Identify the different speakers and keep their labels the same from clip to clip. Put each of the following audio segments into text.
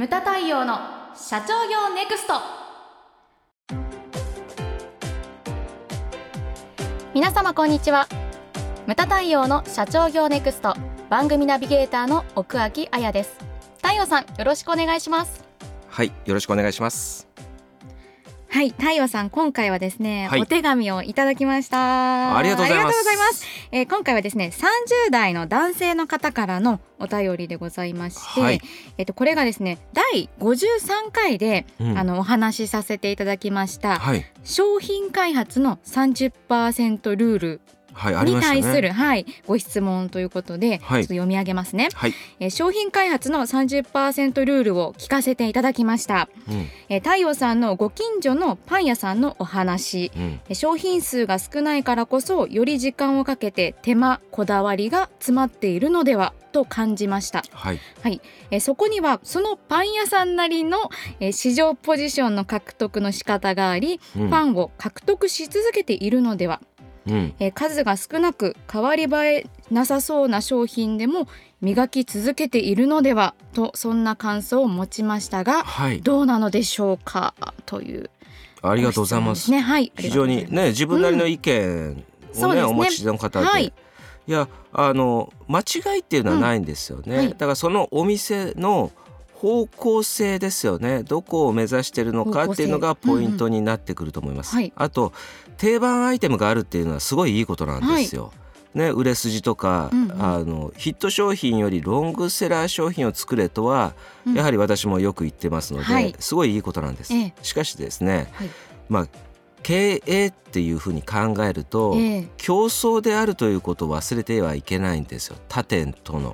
Speaker 1: ムタ太陽の社長業ネクスト。皆様こんにちは。ムタ太陽の社長業ネクスト番組ナビゲーターの奥脇彩です。太陽さん、よろしくお願いします。
Speaker 2: はい、よろしくお願いします。
Speaker 1: はい、太陽さん、今回はですね、
Speaker 2: はい、
Speaker 1: お手紙をいただきました。
Speaker 2: ありがとうございます。
Speaker 1: 今回はですね、30代の男性の方からのお便りでございまして、
Speaker 2: はい、
Speaker 1: これがですね、第53回で、お話しさせていただきました、
Speaker 2: はい、
Speaker 1: 商品開発の 30% ルールに対する、ご質問ということで、ちょっと読み上げますね。商品開発の 30% ルールを聞かせていただきました。太陽さんのご近所のパン屋さんのお話、商品数が少ないからこそより時間をかけて手間こだわりが詰まっているのではと感じました。そこにはそのパン屋さんなりの市場ポジションの獲得の仕方があり、ファンを獲得し続けているのでは、数が少なく変わり映えなさそうな商品でも磨き続けているのではと、そんな感想を持ちましたが、どうなのでしょうかという、
Speaker 2: ありがとうございます。非常にね、自分なりの意見をお持ちの方で、いや間違いっていうのはないんですよね。だからそのお店の方向性ですよね。どこを目指しているのかっていうのがポイントになってくると思います。あと定番アイテムがあるっていうのはすごいいいことなんですよ。売れ筋とか、ヒット商品よりロングセラー商品を作れとは、やはり私もよく言ってますので、すごいいいことなんです。しかしですね、経営っていうふうに考えると、競争であるということを忘れてはいけないんですよ、他店との。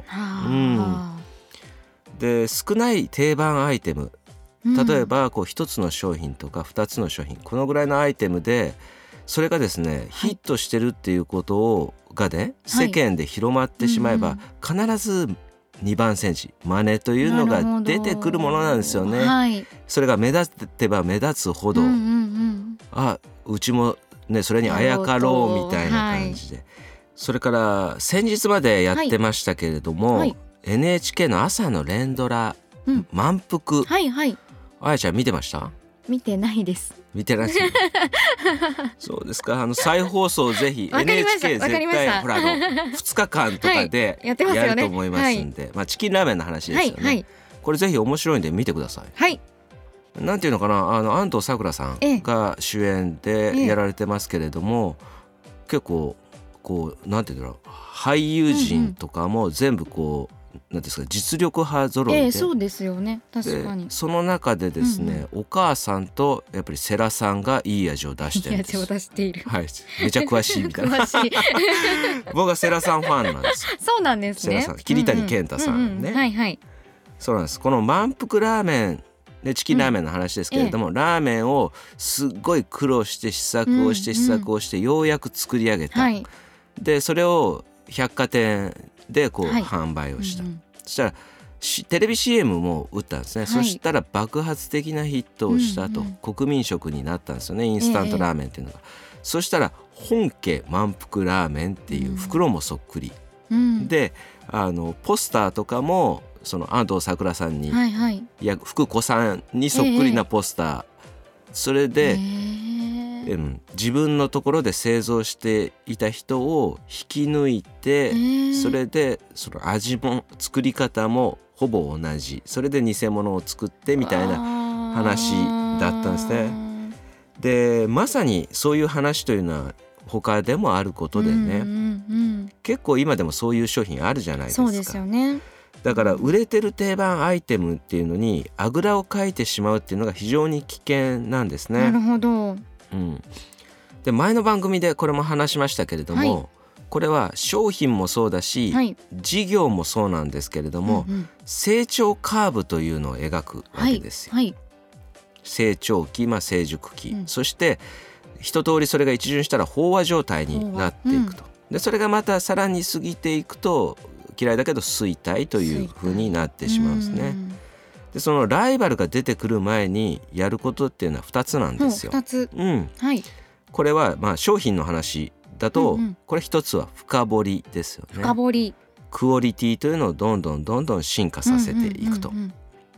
Speaker 2: で、少ない定番アイテム、例えば1つの商品とか2つの商品、このぐらいのアイテムでそれがですね、ヒットしてるっていうことがね、世間で広まってしまえば、必ず2番煎じ真似というのが出てくるものなんですよね。それが目立てば目立つほど、うちもね、それにあやかろうみたいな感じで、それから先日までやってましたけれども、NHK の朝の連ドラ、満腹、あやちゃん見てました？
Speaker 1: 見てないです。
Speaker 2: 見てないですそうですか。再放送ぜひ NHK 絶対ほら2日間とかでやると思いますんで、チキンラーメンの話ですよね。これぜひ面白いんで見てください。なんていうのかな、安藤サクラさんが主演でやられてますけれども、結構なんていうんだろう、俳優陣とかも全部なんですか、実力派揃いで、
Speaker 1: そうですよね、確かに。
Speaker 2: その中でですね、お母さんとやっぱり世良さんがいい味を出してるんです。
Speaker 1: いい味を出している、
Speaker 2: めちゃ詳しいみたいな僕は世良さんファンなんですよ。
Speaker 1: そうなんですね。
Speaker 2: 桐谷健太さんね。そうなんです。この満腹ラーメンで、チキンラーメンの話ですけれども、ラーメンをすっごい苦労して試作をしてようやく作り上げた。でそれを百貨店で販売をした。そしたらテレビ CM も打ったんですね。そしたら爆発的なヒットをしたと、国民食になったんですよね、インスタントラーメンっていうのが。そしたら本家満腹ラーメンっていう袋もそっくり、でポスターとかもその安藤サクラさんに、福子さんにそっくりなポスター、それで、自分のところで製造していた人を引き抜いて、それでその味も作り方もほぼ同じ、それで偽物を作ってみたいな話だったんですね。でまさにそういう話というのは他でもあることでね、結構今でもそういう商品あるじゃないですか。
Speaker 1: そうですよね。
Speaker 2: だから売れてる定番アイテムっていうのにあぐらをかいてしまうっていうのが非常に危険なんですね。
Speaker 1: なるほど。
Speaker 2: で前の番組でこれも話しましたけれども、これは商品もそうだし、事業もそうなんですけれども、成長カーブというのを描くわけですよ。成長期、成熟期、そして一通りそれが一巡したら飽和状態になっていくと。でそれがまたさらに過ぎていくと嫌いだけど衰退という風になってしまうんですね。でそのライバルが出てくる前にやることっていうのは2つなんですよ。
Speaker 1: 2つ、
Speaker 2: これは商品の話だと、これ1つは深掘りですよね。
Speaker 1: 深掘り、
Speaker 2: クオリティというのをどんどん進化させていくと。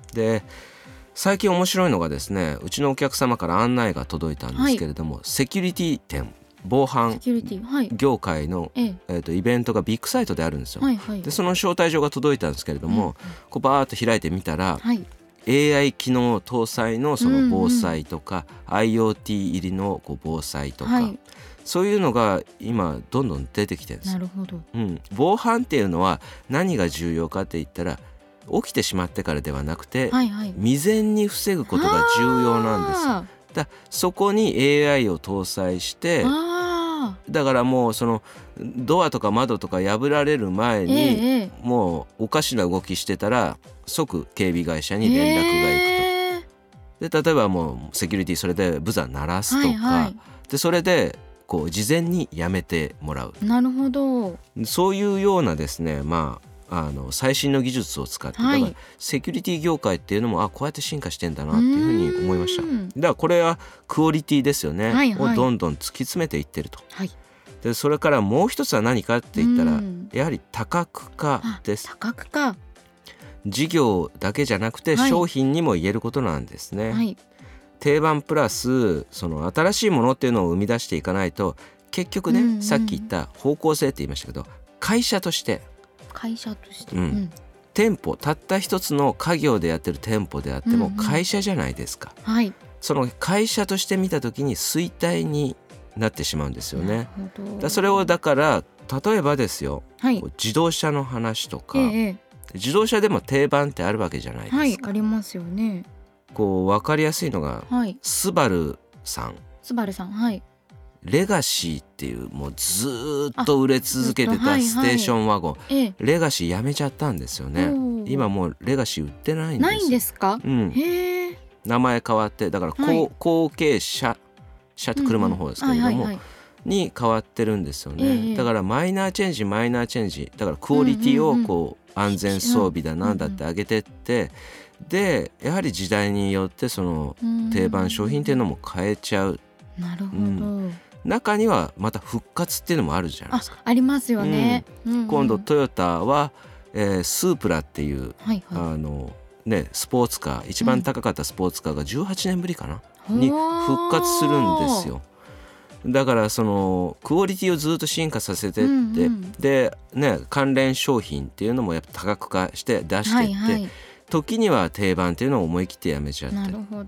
Speaker 2: で最近面白いのがですね、うちのお客様から案内が届いたんですけれども、セキュリティ店、防犯業界の、イベントがビッグサイトであるんですよ、でその招待状が届いたんですけれども、こうバーッと開いてみたら、AI 機能搭載のその防災とか、IoT 入りのこう防災とか、そういうのが今どんどん出てきてるんです。
Speaker 1: なるほど、
Speaker 2: 防犯っていうのは何が重要かって言ったら、起きてしまってからではなくて、未然に防ぐことが重要なんです。だそこに AI を搭載して、だからもうそのドアとか窓とか破られる前に、もうおかしな動きしてたら即警備会社に連絡が行くと、で例えばもうセキュリティそれでブザー鳴らすとか、でそれでこう事前にやめてもらう。
Speaker 1: なるほど。
Speaker 2: そういうようなですね、最新の技術を使って、だからセキュリティ業界っていうのもこうやって進化してんだなっていうふうに思いました。だからこれはクオリティですよね、をどんどん突き詰めていってると、でそれからもう一つは何かって言ったら、やはり多角化です。
Speaker 1: 多角化、
Speaker 2: 事業だけじゃなくて商品にも言えることなんですね、定番プラスその新しいものっていうのを生み出していかないと、結局ね、さっき言った方向性って言いましたけど、会社として店舗、たった一つの家業でやってる店舗であっても会社じゃないですか、その会社として見た時に衰退になってしまうんですよね。それをだから例えばですよ、自動車の話とか、自動車でも定番ってあるわけじゃないですか。
Speaker 1: ありますよね。
Speaker 2: こう分かりやすいのが、スバルさん、レガシーっていうもうずっと売れ続けてたステーションワゴン、レガシーやめちゃったんですよね。今もうレガシー売ってないんです。
Speaker 1: ないんですか？
Speaker 2: へー。名前変わって、だから後継車って車の方ですけれども、に変わってるんですよね。だからマイナーチェンジだからクオリティをこう安全装備だなんだって上げてって、でやはり時代によってその定番商品っていうのも変えちゃう。
Speaker 1: なるほど、
Speaker 2: 中にはまた復活っていうのもあるじゃないですか。
Speaker 1: ありますよね、
Speaker 2: 今度トヨタは、スープラっていう、スポーツカー、一番高かったスポーツカーが18年ぶりかな、に復活するんですよ。だからそのクオリティをずっと進化させてって、で、関連商品っていうのもやっぱ多角化して出していって、時には定番っていうのを思い切ってやめちゃって、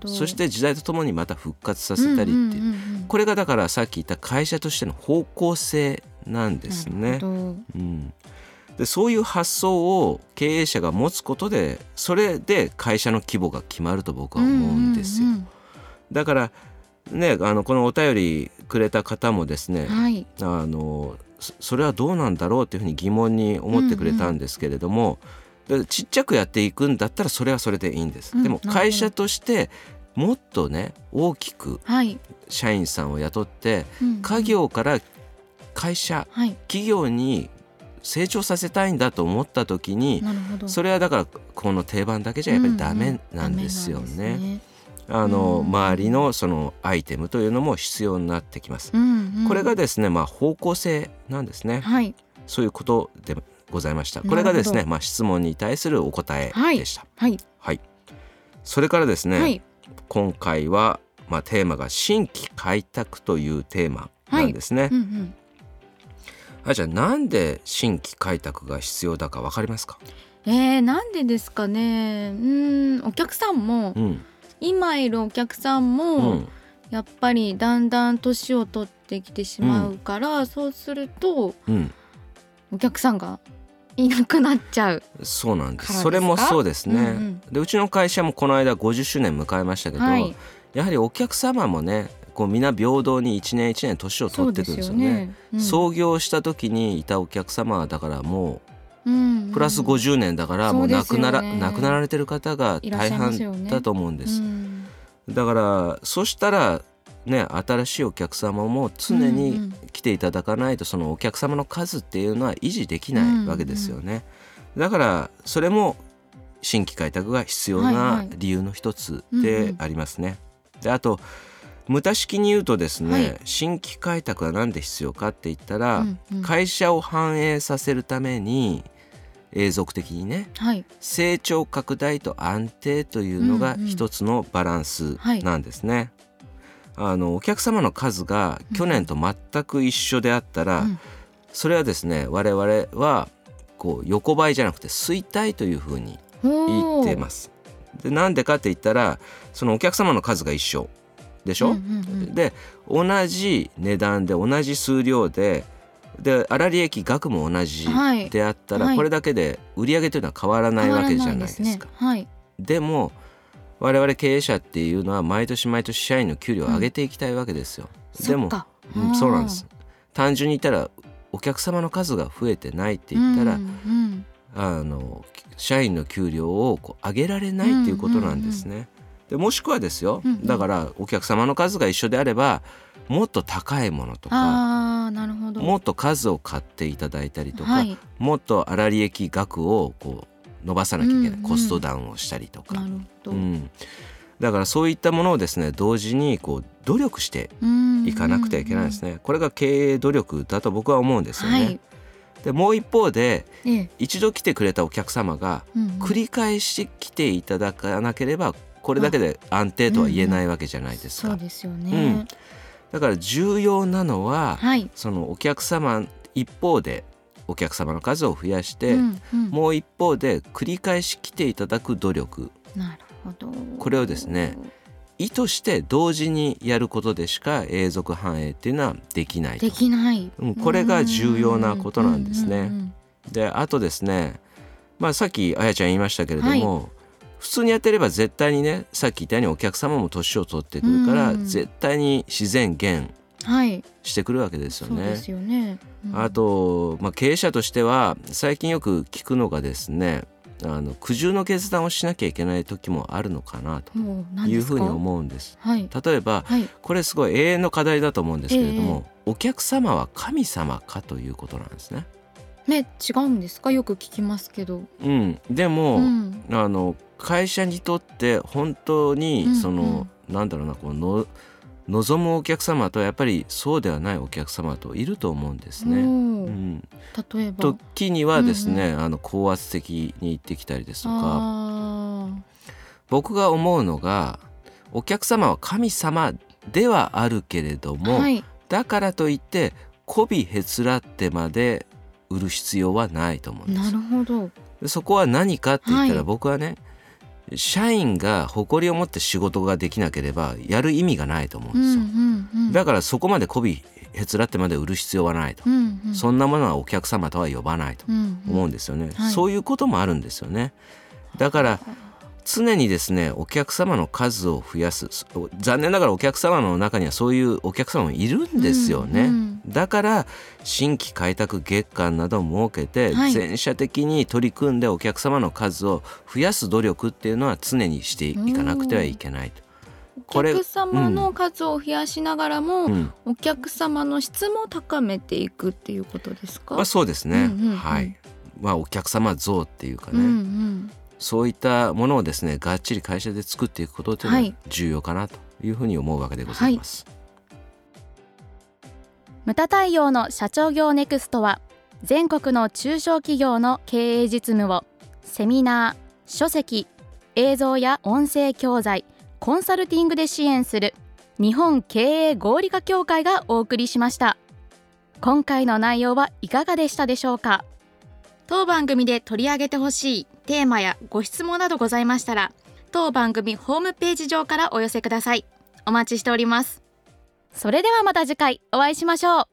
Speaker 2: そして時代とともにまた復活させたりっていう、これがだからさっき言った会社としての方向性なんですね。でそういう発想を経営者が持つことで、それで会社の規模が決まると僕は思うんですよ。だからね、このお便りくれた方もですね、それはどうなんだろうというふうに疑問に思ってくれたんですけれども、ちっちゃくやっていくんだったらそれはそれでいいんです、でも会社としてもっとね大きく社員さんを雇って、家業から会社、企業に成長させたいんだと思った時に、それはだからこの定番だけじゃやっぱりダメなんですよね。周りのそのアイテムというのも必要になってきます、これがですね、方向性なんですね、そういうことでございました。これがですね、質問に対するお答えでした。それからですね、今回は、テーマが新規開拓というテーマなんですね。じゃあなんで新規開拓が必要だか分かりますか？
Speaker 1: なんでですかね。お客さんも、今いるお客さんも、やっぱりだんだん年を取ってきてしまうから、そうすると、お客さんがいなくなっちゃう。
Speaker 2: そうなんです。それもそうですね、でうちの会社もこの間50周年迎えましたけど、やはりお客様もねこうみんな平等に一年一年年を取っていくんですよね。創業した時にいたお客様はだからもうプラス50年だからもう亡くなられてる方が大半だと思うんです。だからそしたらね、新しいお客様も常に来ていただかないと、そのお客様の数っていうのは維持できないわけですよね。だからそれも新規開拓が必要な理由の一つでありますね。であと無駄式に言うとですね、新規開拓は何で必要かって言ったら、会社を繁栄させるために永続的にね、
Speaker 1: はい、
Speaker 2: 成長拡大と安定というのが一つのバランスなんですね、お客様の数が去年と全く一緒であったら、それはですね我々はこう横ばいじゃなくて衰退というふうに言っています。でなんでかって言ったらそのお客様の数が一緒でしょ、で同じ値段で同じ数量で粗利益額も同じであったら、これだけで売上というのは変わらないわけじゃないですか。でも我々経営者っていうのは毎年毎年社員の給料を上げていきたいわけですよ。でもそうなんです。単純に言ったらお客様の数が増えてないって言ったら、社員の給料を上げられないっていうことなんですね。でもしくはですよ、だからお客様の数が一緒であればもっと高いものとか、もっと数を買っていただいたりとか、もっと粗利益額をこう伸ばさなきゃいけない、コストダウンをしたりとか、だからそういったものをですね同時にこう努力していかなくてはいけないですね。これが経営努力だと僕は思うんですよね。でもう一方で、一度来てくれたお客様が繰り返し来ていただかなければこれだけで安定とは言えないわけじゃないですか。
Speaker 1: そうですよね、
Speaker 2: だから重要なのは、そのお客様一方でお客様の数を増やして、もう一方で繰り返し来ていただく努力、これをですね意図して同時にやることでしか永続繁栄っていうのはできないと。これが重要なことなんですね。であとですね、さっきあやちゃん言いましたけれども、普通にやってれば絶対にねさっき言ったようにお客様も年を取ってくるから、絶対に自然減してくるわけですよね。
Speaker 1: そうですよね。
Speaker 2: あと、経営者としては最近よく聞くのがですね苦渋の決断をしなきゃいけない時もあるのかなというふうに思うんです。例えば、これすごい永遠の課題だと思うんですけれども、お客様は神様かということなんですね。
Speaker 1: 違うんですか？よく聞きますけど、
Speaker 2: でも、会社にとって本当になんだろうな望むお客様とやっぱりそうではないお客様といると思うんですね。
Speaker 1: 例えば
Speaker 2: 時にはですね、高圧的に言ってきたりですとか、僕が思うのがお客様は神様ではあるけれども、だからといって媚びへつらってまで売る必要はないと思うんです。
Speaker 1: なるほど。
Speaker 2: そこは何かって言ったら、僕はね社員が誇りを持って仕事ができなければやる意味がないと思うんですよ。だからそこまで媚びへつらってまで売る必要はないと、そんなものはお客様とは呼ばないと思うんですよね。そういうこともあるんですよね。だから常にですねお客様の数を増やす。残念ながらお客様の中にはそういうお客様もいるんですよね。だから新規開拓月間などを設けて、全社的に取り組んでお客様の数を増やす努力っていうのは常にしていかなくてはいけないと。
Speaker 1: お客様の数を増やしながらも、お客様の質も高めていくっていうことですか？
Speaker 2: そうですね、お客様像っていうかね、そういったものをですねがっちり会社で作っていくことというのは重要かなというふうに思うわけでございます。
Speaker 1: ムタ太陽の社長業ネクストは全国の中小企業の経営実務をセミナー、書籍、映像や音声教材、コンサルティングで支援する日本経営合理化協会がお送りしました。今回の内容はいかがでしたでしょうか？当番組で取り上げてほしいテーマやご質問などございましたら、当番組ホームページ上からお寄せください。お待ちしております。それではまた次回お会いしましょう。